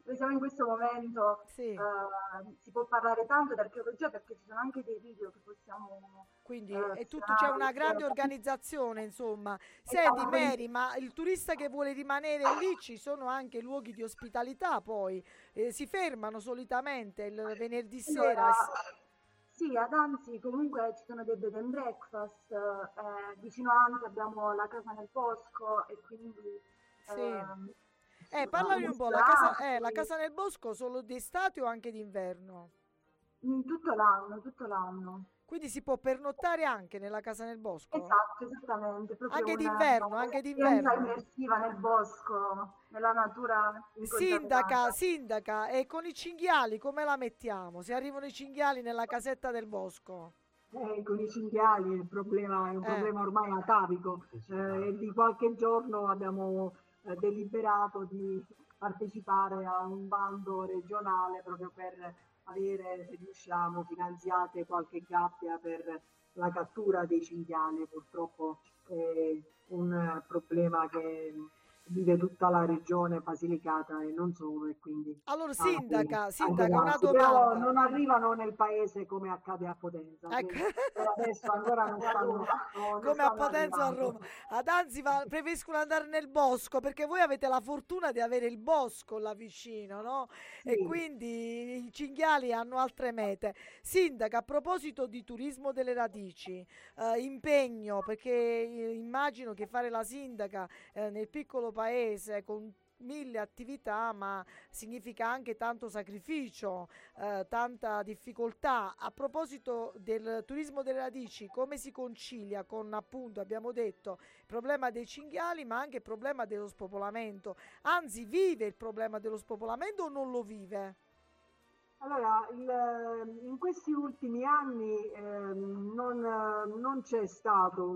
siamo in questo momento, Sì. si può parlare tanto di archeologia perché ci sono anche dei video che possiamo Quindi c'è una grande visionare. organizzazione, insomma. Senti, Esatto, quindi Mary, ma il turista che vuole rimanere lì ci sono anche luoghi di ospitalità, poi si fermano solitamente il venerdì sera. allora, sì, ad Anzi comunque ci sono dei bed and breakfast, vicino a Anzi abbiamo la casa nel bosco e quindi Sì. ci sono Parlami i un po', la ristoranti casa nel bosco solo d'estate o anche d'inverno? tutto l'anno. Quindi si può pernottare anche nella casa nel bosco? Esatto, esattamente, proprio Anche d'inverno, anche un'esperienza d'inverno. immersiva nel bosco, nella natura incontaminata. Sindaca, e con i cinghiali come la mettiamo? Se arrivano i cinghiali nella casetta del bosco? Con i cinghiali il problema è un Eh, problema ormai atavico. E di qualche giorno abbiamo deliberato di partecipare a un bando regionale proprio per avere, se riusciamo, finanziate qualche gabbia per la cattura dei cinghiali. Purtroppo è un problema che vive tutta la regione Basilicata e non solo, e quindi Allora, anche una Lazio. Però domanda. non arrivano nel paese come accade a Potenza, Ecco. che per adesso ancora non stanno, non Come a stanno Potenza o a arrivando. Roma. Ad Anziva preferiscono andare nel bosco perché voi avete la fortuna di avere il bosco là vicino, no? E Sì. quindi i cinghiali hanno altre mete. Sindaca, a proposito di turismo delle radici, impegno, perché immagino che fare la sindaca nel piccolo paese con mille attività, ma significa anche tanto sacrificio, tanta difficoltà. A proposito del turismo delle radici, come si concilia con, appunto, abbiamo detto, il problema dei cinghiali, ma anche il problema dello spopolamento? Anzi, vive il problema dello spopolamento o non lo vive? Allora, in questi ultimi anni non c'è stato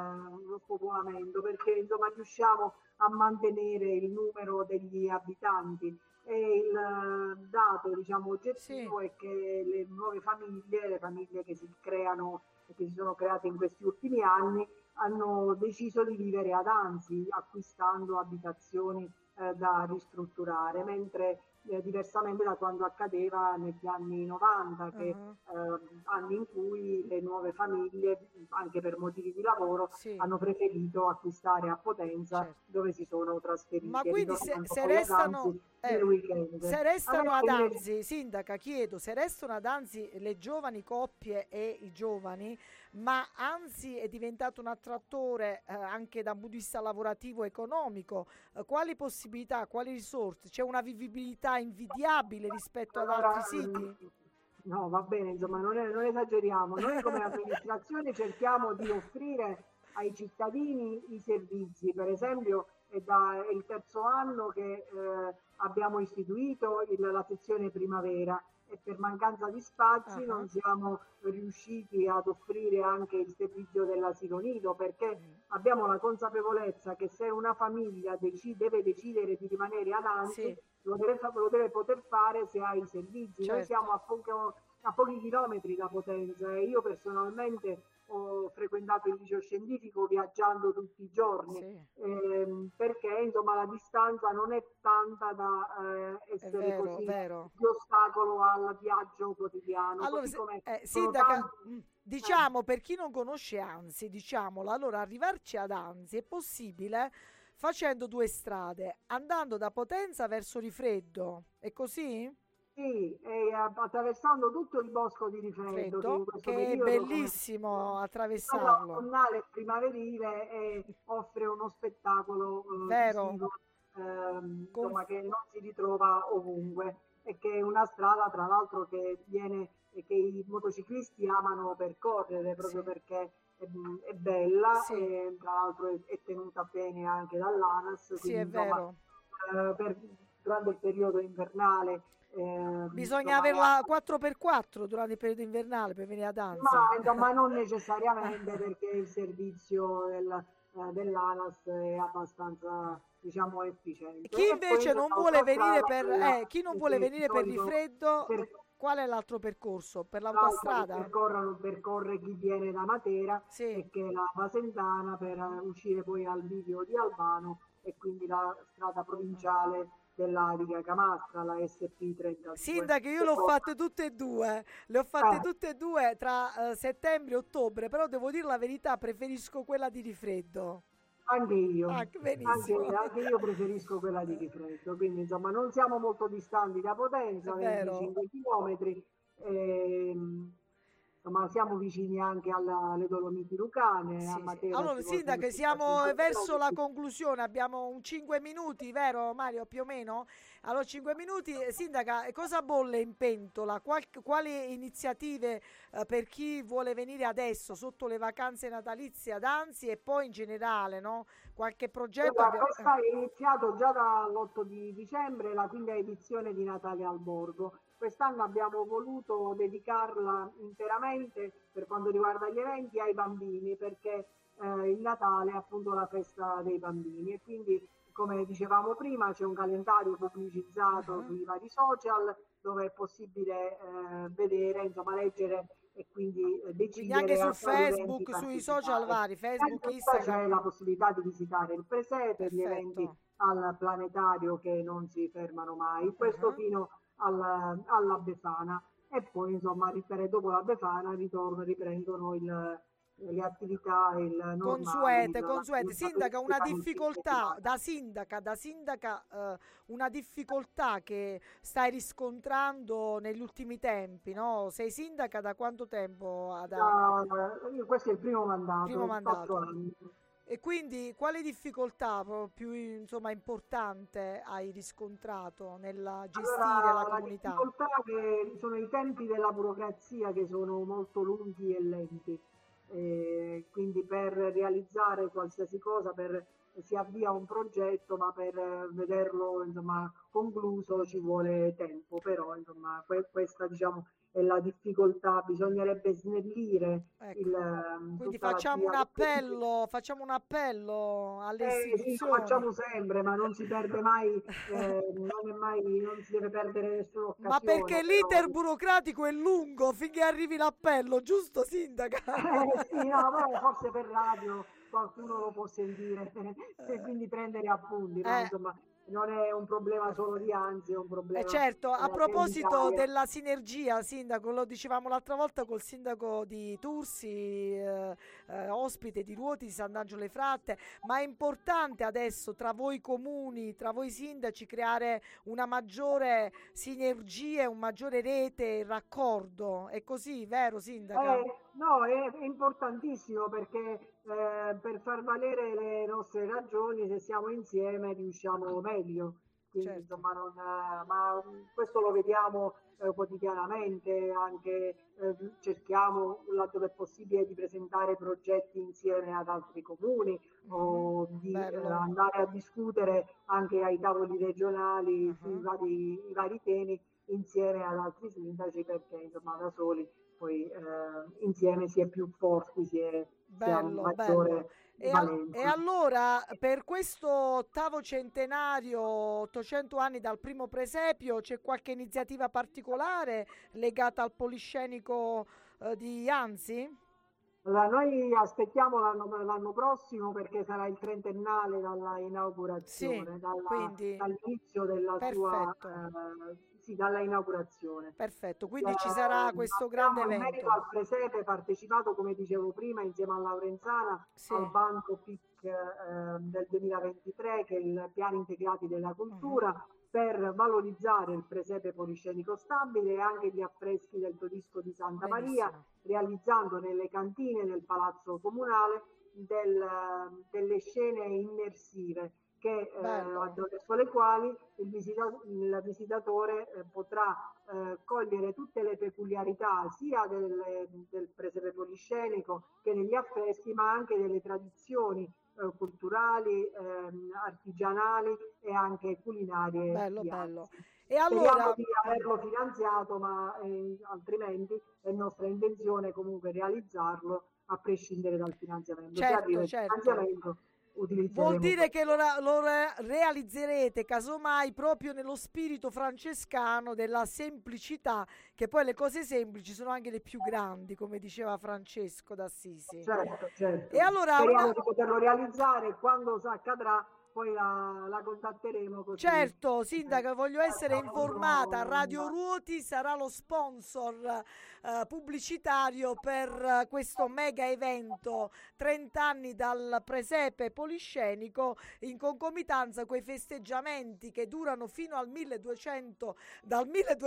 uno spopolamento, perché insomma riusciamo a mantenere il numero degli abitanti, e il dato, diciamo, Sì. oggettivo è che le nuove famiglie, le famiglie che si creano e che si sono create in questi ultimi anni, hanno deciso di vivere ad Anzi, acquistando abitazioni da ristrutturare, mentre diversamente da quando accadeva negli anni 90, Ah, anni in cui le nuove famiglie, anche per motivi di lavoro, sì, hanno preferito acquistare a Potenza, certo. dove si sono Ma trasferite, quindi ritornando poi ad Anzi nel weekend. se restano Adesso ad invece Anzi, sindaca, chiedo, se restano ad Anzi le giovani coppie e i giovani, ma Anzi è diventato un attrattore anche da un punto di vista lavorativo e economico, quali possibilità, quali risorse? C'è una vivibilità invidiabile rispetto ad altri allora, siti? no, va bene, insomma, non esageriamo. Noi come amministrazione cerchiamo di offrire ai cittadini i servizi. Per esempio, è il terzo anno che abbiamo istituito la sezione primavera, e per mancanza di spazi Ah, non siamo riusciti ad offrire anche il servizio dell'asilo nido, perché abbiamo la consapevolezza che se una famiglia deve decidere di rimanere ad Anzi, sì, lo deve poter fare se ha i servizi. Noi certo, siamo a pochi chilometri da Potenza, e io personalmente ho frequentato il liceo scientifico viaggiando tutti i giorni, sì, perché insomma la distanza non è tanta da è essere vero, così vero. di ostacolo al viaggio quotidiano, Allora, così come sono sindaca, tanti. diciamo per chi non conosce Anzi, diciamolo, allora arrivarci ad Anzi è possibile facendo due strade, andando da Potenza verso Rifreddo, è così? Sì, e attraversando tutto il bosco di Rifreddo, che in Freddo, questo che è periodo, come bellissimo stato attraversarlo, autunnale e primaverile, offre uno spettacolo vero? visivo, Con- insomma, che non si ritrova ovunque, e che è una strada, tra l'altro, che i motociclisti amano percorrere proprio sì, perché è bella, sì, e tra l'altro è tenuta bene anche dall'ANAS, sì, quindi è insomma vero. durante il periodo invernale, Bisogna insomma, averla 4x4 durante il periodo invernale per venire ad Anzi. ma insomma non necessariamente, perché il servizio dell'ANAS è abbastanza, diciamo, efficiente. Chi E poi invece non vuole venire per, chi non vuole che di venire per solito Rifreddo, per- qual è l'altro percorso? Per l'altro che l'autostrada? percorre chi viene da Matera, Sì, e che è la Vasentana, per uscire poi al bivio di Albano, e quindi la strada provinciale dell'Arica Camastra, la SP32. Sindaco, io le ho fatte tutte e due, tra settembre e ottobre, però devo dire la verità, preferisco quella di Rifreddo. Anche io, anche io preferisco quella di Rifreddo, quindi insomma non siamo molto distanti da Potenza, 25 chilometri, insomma siamo vicini anche alle Dolomiti Lucane, a Matera. Allora Sindaco, siamo verso la conclusione, abbiamo un 5 minuti, vero Mario, più o meno? Allora 5 minuti, Sindaca, cosa bolle in pentola? Quali iniziative per chi vuole venire adesso sotto le vacanze natalizie ad Anzi e poi in generale, no? Qualche progetto? Questa è iniziato già dall'8 di dicembre la quinta edizione di Natale al Borgo. Quest'anno abbiamo voluto dedicarla interamente, per quanto riguarda gli eventi, ai bambini, perché il Natale è appunto la festa dei bambini e quindi, come dicevamo prima, c'è un calendario pubblicizzato sui vari social dove è possibile vedere, insomma, leggere e quindi decidere. Quindi anche su Facebook, sui social vari, Facebook, Instagram. C'è la possibilità di visitare il presepe, gli eventi al planetario che non si fermano mai, questo fino alla Befana, e poi insomma dopo la Befana riprendono le attività consuete. Sindaca, una difficoltà una difficoltà che stai riscontrando negli ultimi tempi, no? Sei sindaca da quanto tempo? Questo è il primo mandato. 4 anni. E quindi quale difficoltà più importante hai riscontrato nella gestire la comunità? La difficoltà che sono i tempi della burocrazia che sono molto lunghi e lenti, quindi per realizzare qualsiasi cosa si avvia un progetto, ma per vederlo concluso ci vuole tempo, però questa è la difficoltà, bisognerebbe snellire. Quindi facciamo un appello alle istituzioni. Sì, lo facciamo sempre, ma non si perde mai, non si deve perdere nessuna occasione. Ma perché l'iter burocratico è lungo finché arrivi l'appello, giusto Sindaca? Sì, no, però forse per radio qualcuno lo può sentire e quindi prendere appunti, no? Insomma, non è un problema solo di Anzi, è un problema. Certo, a proposito della sinergia, Sindaco, lo dicevamo l'altra volta col sindaco di Tursi, ospite di Ruoti, di Sant'Angelo le Fratte, ma è importante adesso tra voi comuni, tra voi sindaci, creare una maggiore sinergia, un maggiore rete, raccordo. È così, vero Sindaca? No, è importantissimo perché per far valere le nostre ragioni, se siamo insieme riusciamo meglio. Quindi ma questo lo vediamo quotidianamente, anche cerchiamo laddove è possibile di presentare progetti insieme ad altri comuni o di andare a discutere anche ai tavoli regionali sui vari temi insieme ad altri sindaci, perché da soli poi insieme si è più forti, si ha un maggiore e allora per questo 8° centenario, 800 anni dal primo presepio, c'è qualche iniziativa particolare legata al poliscenico di Anzi? Allora, noi aspettiamo l'anno prossimo, perché sarà il trentennale dalla inaugurazione, dall'inizio della sua dalla inaugurazione. Perfetto, quindi ci sarà questo grande evento. In merito al presepe partecipato, come dicevo prima, insieme a Laurenzana al bando PIC del 2023, che è il Piano Integrati della Cultura, per valorizzare il presepe poliscenico stabile e anche gli affreschi del Todisco di Santa Maria, realizzando nelle cantine del Palazzo Comunale delle scene immersive attraverso le quali il visitatore potrà cogliere tutte le peculiarità sia del presepe poliscenico che negli affreschi, ma anche delle tradizioni culturali, artigianali e anche culinarie. Bello. E allora speriamo di averlo finanziato, ma altrimenti è nostra intenzione comunque realizzarlo a prescindere dal finanziamento. Certo. Vuol dire che lo realizzerete casomai proprio nello spirito francescano della semplicità, che poi le cose semplici sono anche le più grandi, come diceva Francesco d'Assisi. Certo. E allora speriamo di poterlo realizzare. Quando accadrà poi la contatteremo così. Certo, sindaca, voglio essere informata. Radio Ruoti sarà lo sponsor pubblicitario per questo mega evento, 30 anni dal presepe poliscenico, in concomitanza quei festeggiamenti che durano fino al 1200, dal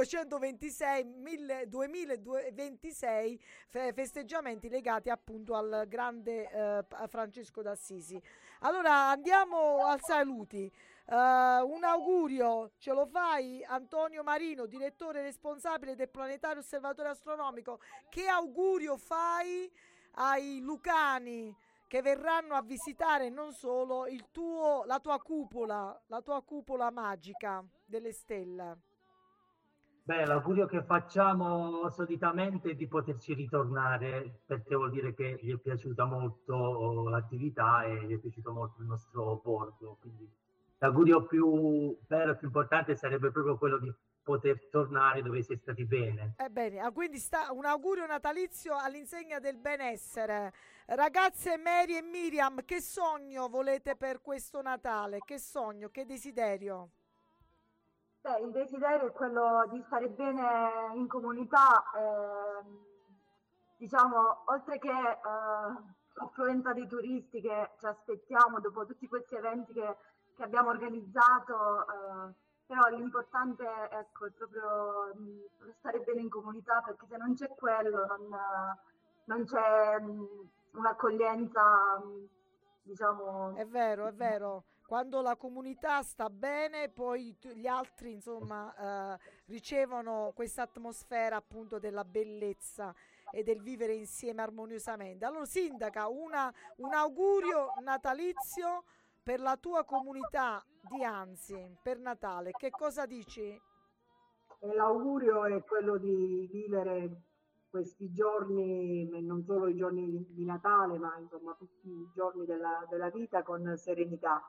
2026 festeggiamenti legati appunto al grande Francesco d'Assisi. Allora andiamo al saluti. Un augurio ce lo fai, Antonio Marino, direttore responsabile del Planetario Osservatorio Astronomico. Che augurio fai ai lucani che verranno a visitare non solo la tua cupola magica delle stelle? Beh, l'augurio che facciamo solitamente è di poterci ritornare, perché vuol dire che gli è piaciuta molto l'attività e gli è piaciuto molto il nostro borgo. Quindi l'augurio più bello e più importante sarebbe proprio quello di poter tornare dove si è stati bene. Bene, quindi un augurio natalizio all'insegna del benessere. Ragazze Mary e Miriam, che sogno volete per questo Natale? Che sogno, che desiderio? Il desiderio è quello di stare bene in comunità, diciamo, oltre che l'affluenza dei turisti che ci aspettiamo dopo tutti questi eventi che abbiamo organizzato, però l'importante ecco, è proprio stare bene in comunità, perché se non c'è quello non c'è un'accoglienza, diciamo... È vero. Quando la comunità sta bene, poi gli altri, insomma, ricevono questa atmosfera appunto della bellezza e del vivere insieme armoniosamente. Allora, sindaca, un augurio natalizio per la tua comunità di Anzi, per Natale. Che cosa dici? L'augurio è quello di vivere questi giorni, non solo i giorni di Natale, ma insomma tutti i giorni della vita con serenità.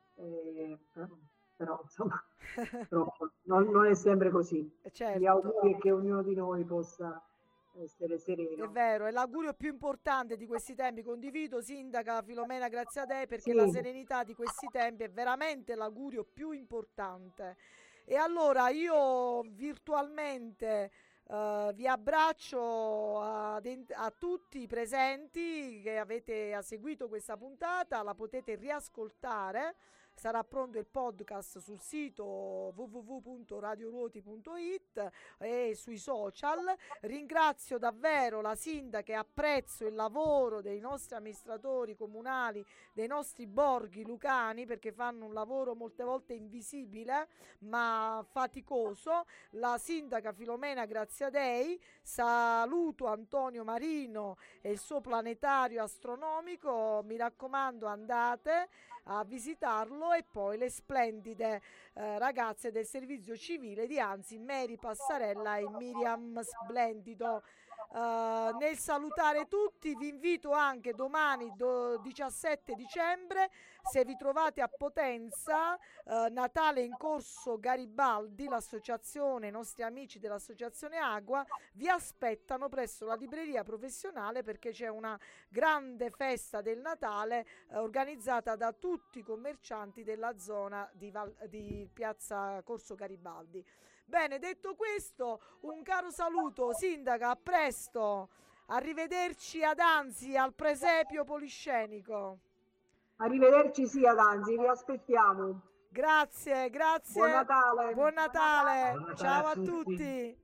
Però insomma non è sempre così. Certo. Gli auguri è che ognuno di noi possa essere sereno. È vero, è l'augurio più importante di questi tempi. Condivido, sindaca Filomena, grazie a te, perché Sì. la serenità di questi tempi è veramente l'augurio più importante. E allora io virtualmente vi abbraccio a tutti i presenti che avete seguito questa puntata. La potete riascoltare, sarà pronto il podcast sul sito www.radioruoti.it e sui social. Ringrazio davvero la sindaca e apprezzo il lavoro dei nostri amministratori comunali, dei nostri borghi lucani, perché fanno un lavoro molte volte invisibile ma faticoso. La sindaca Filomena Graziadei, saluto Antonio Marino e il suo planetario astronomico. Mi raccomando, andate a visitarlo. E poi le splendide ragazze del servizio civile di Anzi, Mary Passarella e Miriam Splendido. Nel salutare tutti vi invito anche domani 17 dicembre, se vi trovate a Potenza, Natale in corso Garibaldi, l'associazione, i nostri amici dell'associazione Agua vi aspettano presso la libreria professionale, perché c'è una grande festa del Natale organizzata da tutti i commercianti della zona di piazza Corso Garibaldi. Bene, detto questo, un caro saluto, sindaca, a presto, arrivederci ad Anzi, al presepio poliscenico. Arrivederci sì ad Anzi, vi aspettiamo. Grazie. Buon Natale. Buon Natale. Ciao a tutti.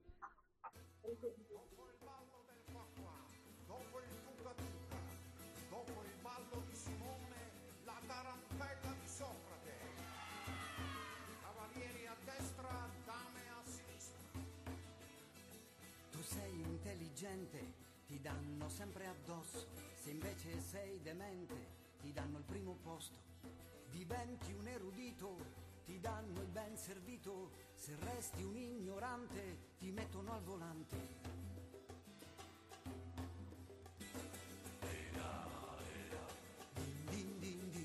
Ti danno sempre addosso, se invece sei demente ti danno il primo posto. Diventi un erudito, ti danno il ben servito, se resti un ignorante ti mettono al volante. Din din din.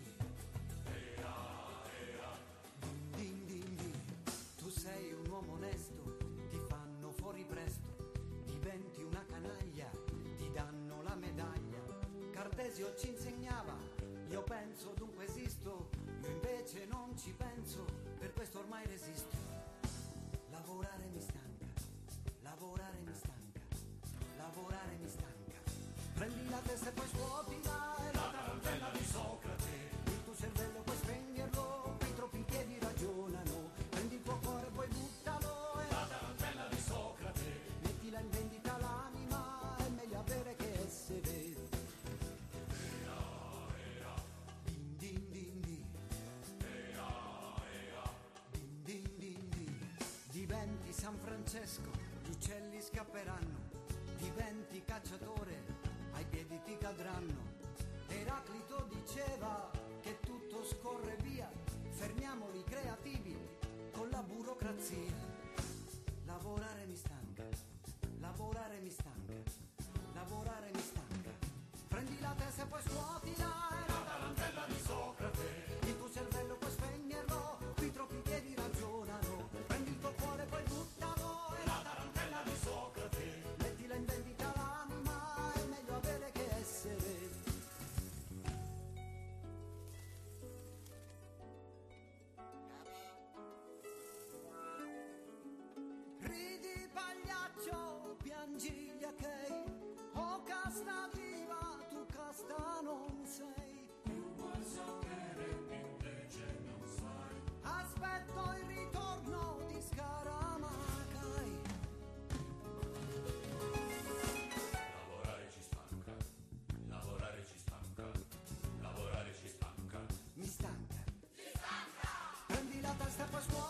Din din din din. Tu sei un uomo onesto, ti fanno fuori presto. Diventi una canaglia, ti danno la medaglia. Cartesio ci insegnava, io penso dunque esisto, io invece non ci penso, per questo ormai resisto. Lavorare mi stanca, lavorare mi stanca, lavorare mi stanca. Prendi la testa e poi scuotila, è la tarantella di Socrate. Il tuo cervello puoi spegnerlo, i troppi piedi ragionano. Prendi il tuo cuore e poi buttalo, è la tarantella di Socrate. Mettila in vendita l'anima, è meglio avere che essere. Din din din di. Din din din di. Diventi San Francesco, gli uccelli scapperanno. Diventi cacciatore, ai piedi ti cadranno. Eraclito diceva che tutto scorre via, fermiamoli creativi con la burocrazia. Lavorare mi stanca, lavorare mi stanca, lavorare mi stanca. Prendi la testa e poi scuotila, è la tarantella di Socrate. Il tuo cervello puoi spegnerlo, qui troppi piedi ragionano. Prendi il tuo cuore e poi buttalo, è la tarantella di Socrate. Mettila in vendita l'anima, è meglio avere che essere. Ridi pagliaccio, piangi gli achei, o casta viva, tu casta non sei. Più vuoi sapere invece non sai. Aspetto il ritorno di Scaramacai. Lavorare ci stanca, lavorare ci stanca, lavorare ci stanca. Mi stanca. Prendi la testa e poi scuola.